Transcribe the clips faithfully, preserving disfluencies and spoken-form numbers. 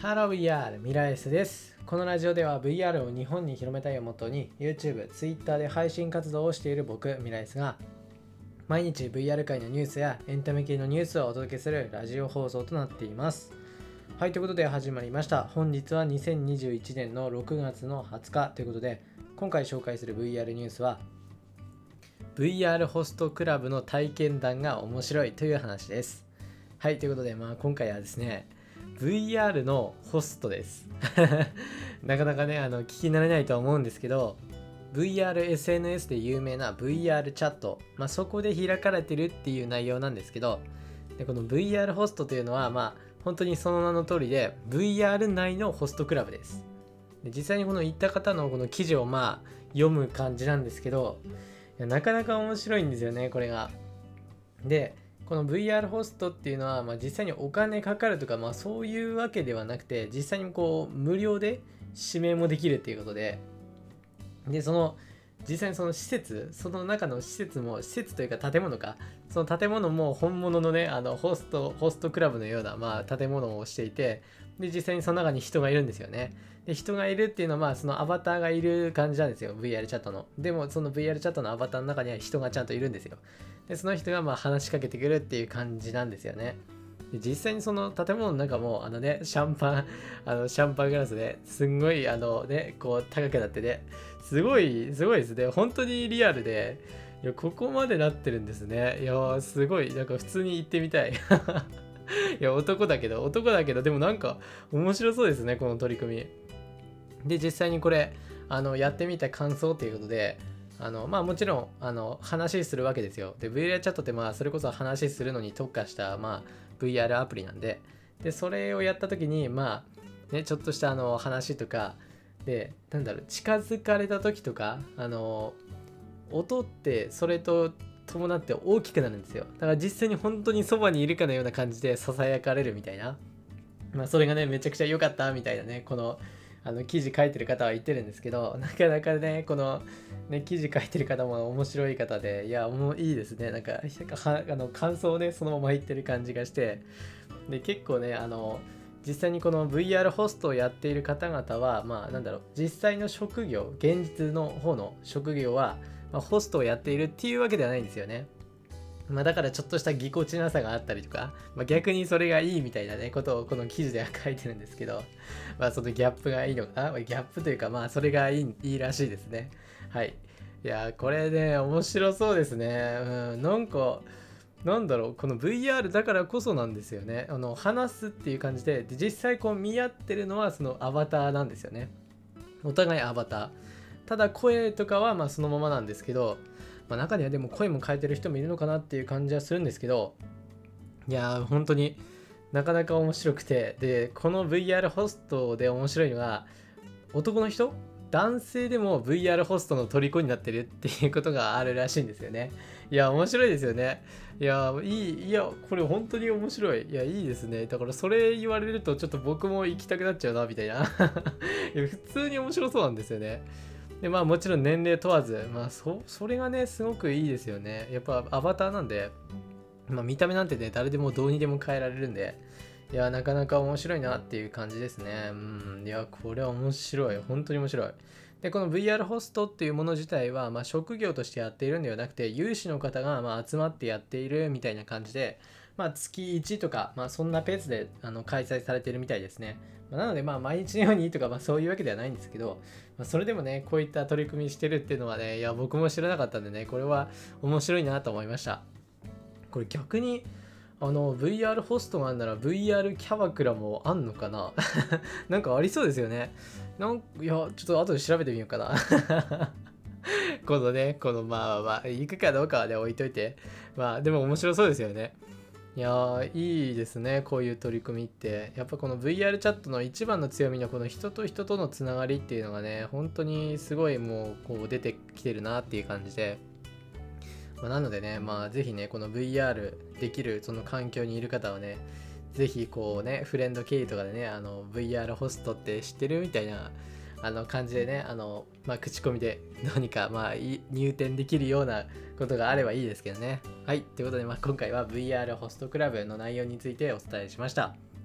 ハロー ブイアール ミラエスです。このラジオでは ブイアール を日本に広めたいをもとに YouTube、Twitter で配信活動をしている僕、ミラエスが毎日 ブイアール 界のニュースやエンタメ系のニュースをお届けするラジオ放送となっています。はい、ということで始まりました。本日はにせんにじゅういちねんのろくがつのはつかということで、今回紹介する ブイアール ニュースは ブイアール ホストクラブの体験談が面白いという話です。はい、ということで、まあ今回はですねブイアール のホストですなかなかねあの聞き慣れないとは思うんですけど、 ブイアールエスエヌエス で有名な ブイアール チャット、まあ、そこで開かれてるっていう内容なんですけど、でこの ブイアール ホストというのはまあ本当にその名の通りで ブイアール 内のホストクラブです。で実際にこの言った方のこの記事をまあ読む感じなんですけど、いやなかなか面白いんですよねこれが。でこの ブイアール ホストっていうのは、まあ、実際にお金かかるとか、まあ、そういうわけではなくて、実際にこう無料で指名もできるっていうことで、でその実際にその施設、その中の施設も施設というか建物か、その建物も本物のねあのホストホストクラブのような、まあ、建物をしていて、で実際にその中に人がいるんですよね。で人がいるっていうのはまあそのアバターがいる感じなんですよ ブイアール チャットの。でもその ブイアール チャットのアバターの中には人がちゃんといるんですよ。でその人がまあ話しかけてくるっていう感じなんですよね。で実際にその建物の中もあのねシャンパンあのシャンパングラスですんごいあのねこう高くなってね、すごいすごいですね。本当にリアルで、いやここまでなってるんですね。いやすごいなんか普通に行ってみたいいや男だけど男だけどでもなんか面白そうですねこの取り組みで。実際にこれあのやってみた感想ということで、あのまあもちろんあの話するわけですよ。で ブイアール チャットってまあそれこそ話するのに特化したまあ ブイアール アプリなんで、でそれをやった時にまあねちょっとしたあの話とかで、なんだろう近づかれた時とかあの音ってそれと伴って大きくなるんですよ。だから実際に本当にそばにいるかのような感じでささやかれるみたいな、まあそれがねめちゃくちゃ良かったみたいなね、このあの記事書いてる方は言ってるんですけど、なかなかねこのね記事書いてる方も面白い方で、いやもういいですね。なんかはあの感想をねそのまま言ってる感じがして、で結構ねあの実際にこの ブイアール ホストをやっている方々はまあなんだろう実際の職業、現実の方の職業は、まあ、ホストをやっているっていうわけではないんですよね。まあだからちょっとしたぎこちなさがあったりとか、まあ、逆にそれがいいみたいなねことをこの記事では書いてるんですけど、まあそのギャップがいいのかな、ギャップというかまあそれがいい、いいらしいですね。はい。いやこれね面白そうですね。うん、なんかなんだろうこの ブイアール だからこそなんですよね。あの話すっていう感じで、で実際こう見合ってるのはそのアバターなんですよね。お互いアバター。ただ声とかはまあそのままなんですけど、まあ、中にはでも声も変えてる人もいるのかなっていう感じはするんですけど、いやー本当になかなか面白くて、でこの ブイアール ホストで面白いのが男の人男性でも ブイアール ホストの虜になってるっていうことがあるらしいんですよね。いや面白いですよね。いやいい、いやこれ本当に面白い。いやいいですね。だからそれ言われるとちょっと僕も行きたくなっちゃうなみたいないや普通に面白そうなんですよね。でまあもちろん年齢問わず、まあ そ, それがねすごくいいですよね。やっぱアバターなんで、まあ、見た目なんてね誰でもどうにでも変えられるんで、いやなかなか面白いなっていう感じですね。うんいやこれは面白い、本当に面白い。でこの ブイアール ホストっていうもの自体は、まあ、職業としてやっているんではなくて、有志の方がまあ集まってやっているみたいな感じで、まあ、月いちとか、まあ、そんなペースであの開催されているみたいですね。まあ、なのでまあ毎日のようにとか、まあ、そういうわけではないんですけど、まあ、それでもねこういった取り組みしてるっていうのはね、いや僕も知らなかったんでね、これは面白いなと思いました。これ逆にあの ブイアール ホストがあるなら ブイアール キャバクラもあんのかななんかありそうですよね。なんいやちょっと後で調べてみようかなこのねこのまあまあまあ行くかどうかはね置いといて、まあでも面白そうですよね。いやーいいですねこういう取り組みって。やっぱこの ブイアール チャットの一番の強みのこの人と人とのつながりっていうのがね本当にすごいもうこう出てきてるなっていう感じで、まあ、なのでねまあぜひねこの ブイアール できるその環境にいる方はね、ぜひこうねフレンド経由とかでねあの ブイアール ホストって知ってるみたいなあの感じでねあの、まあ、口コミでどうにかまあ入店できるようなことがあればいいですけどね。はいということで、まあ、今回は ブイアール ホストクラブの内容についてお伝えしました。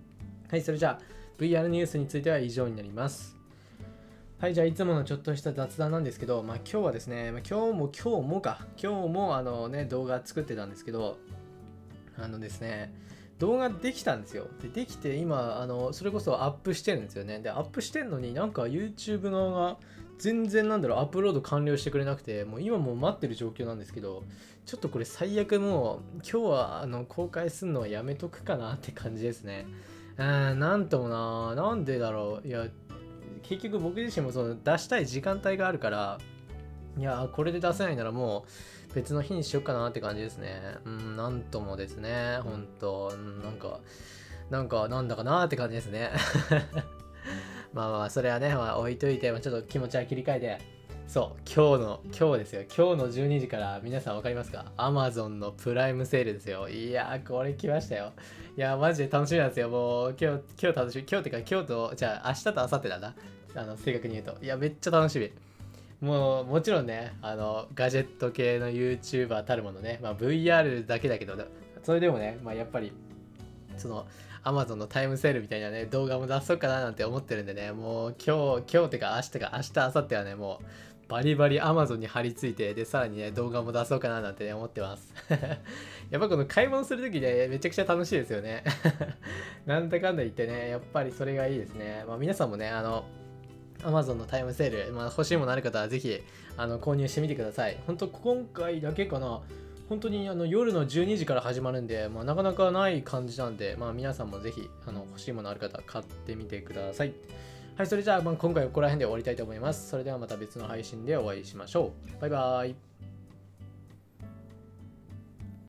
はい、それじゃあ ブイアール ニュースについては以上になります。はい、じゃあいつものちょっとした雑談なんですけど、まあ、今日はですね、まあ、今日も今日もか、今日もあのね、動画作ってたんですけど、あのですね、動画できたんですよ。で、できて今、あの、それこそアップしてるんですよね。で、アップしてんのになんか YouTube 側が全然なんだろう、アップロード完了してくれなくて、もう今もう待ってる状況なんですけど、ちょっとこれ最悪もう、今日はあの公開するのはやめとくかなって感じですね。うーん、なんともな、なんでだろう。いや、結局僕自身もその出したい時間帯があるから、いやこれで出せないならもう別の日にしようかなって感じですね。うん、なんともですね、ほんと、なんか、なんか、なんだかなって感じですね。まあまあ、それはね、まあ、置いといて、ちょっと気持ちは切り替えて、そう、今日の、今日ですよ。今日のじゅうにじから皆さんわかりますか？ Amazon のプライムセールですよ。いやー、これ来ましたよ。いやー、マジで楽しみなんですよ。もう、今日、今日楽しみ。今日ってか、今日と、じゃあ、明日と明後日だな。あの、正確に言うと。いや、めっちゃ楽しみ。もうもちろんね、あのガジェット系の YouTuber たるものね、まあ、ブイアール だけだけど、それでもね、まあ、やっぱりその Amazon のタイムセールみたいなね、動画も出そうかななんて思ってるんでね、もう今日、今日ってか明日か、明日、明後日はね、もうバリバリ Amazon に張り付いて、で、さらにね、動画も出そうかななんてね、思ってます。やっぱこの買い物するときね、めちゃくちゃ楽しいですよね。なんだかんだ言ってね、やっぱりそれがいいですね。まあ、皆さんもね、あの、Amazon のタイムセール、まあ、欲しいものある方はぜひあの購入してみてください。本当今回だけかな。本当にあの夜のじゅうにじから始まるんで、まあ、なかなかない感じなんで、まあ、皆さんもぜひあの欲しいものある方買ってみてください。はい、それじゃあ、まあ、今回はここら辺で終わりたいと思います。それではまた別の配信でお会いしましょう。バイバーイ。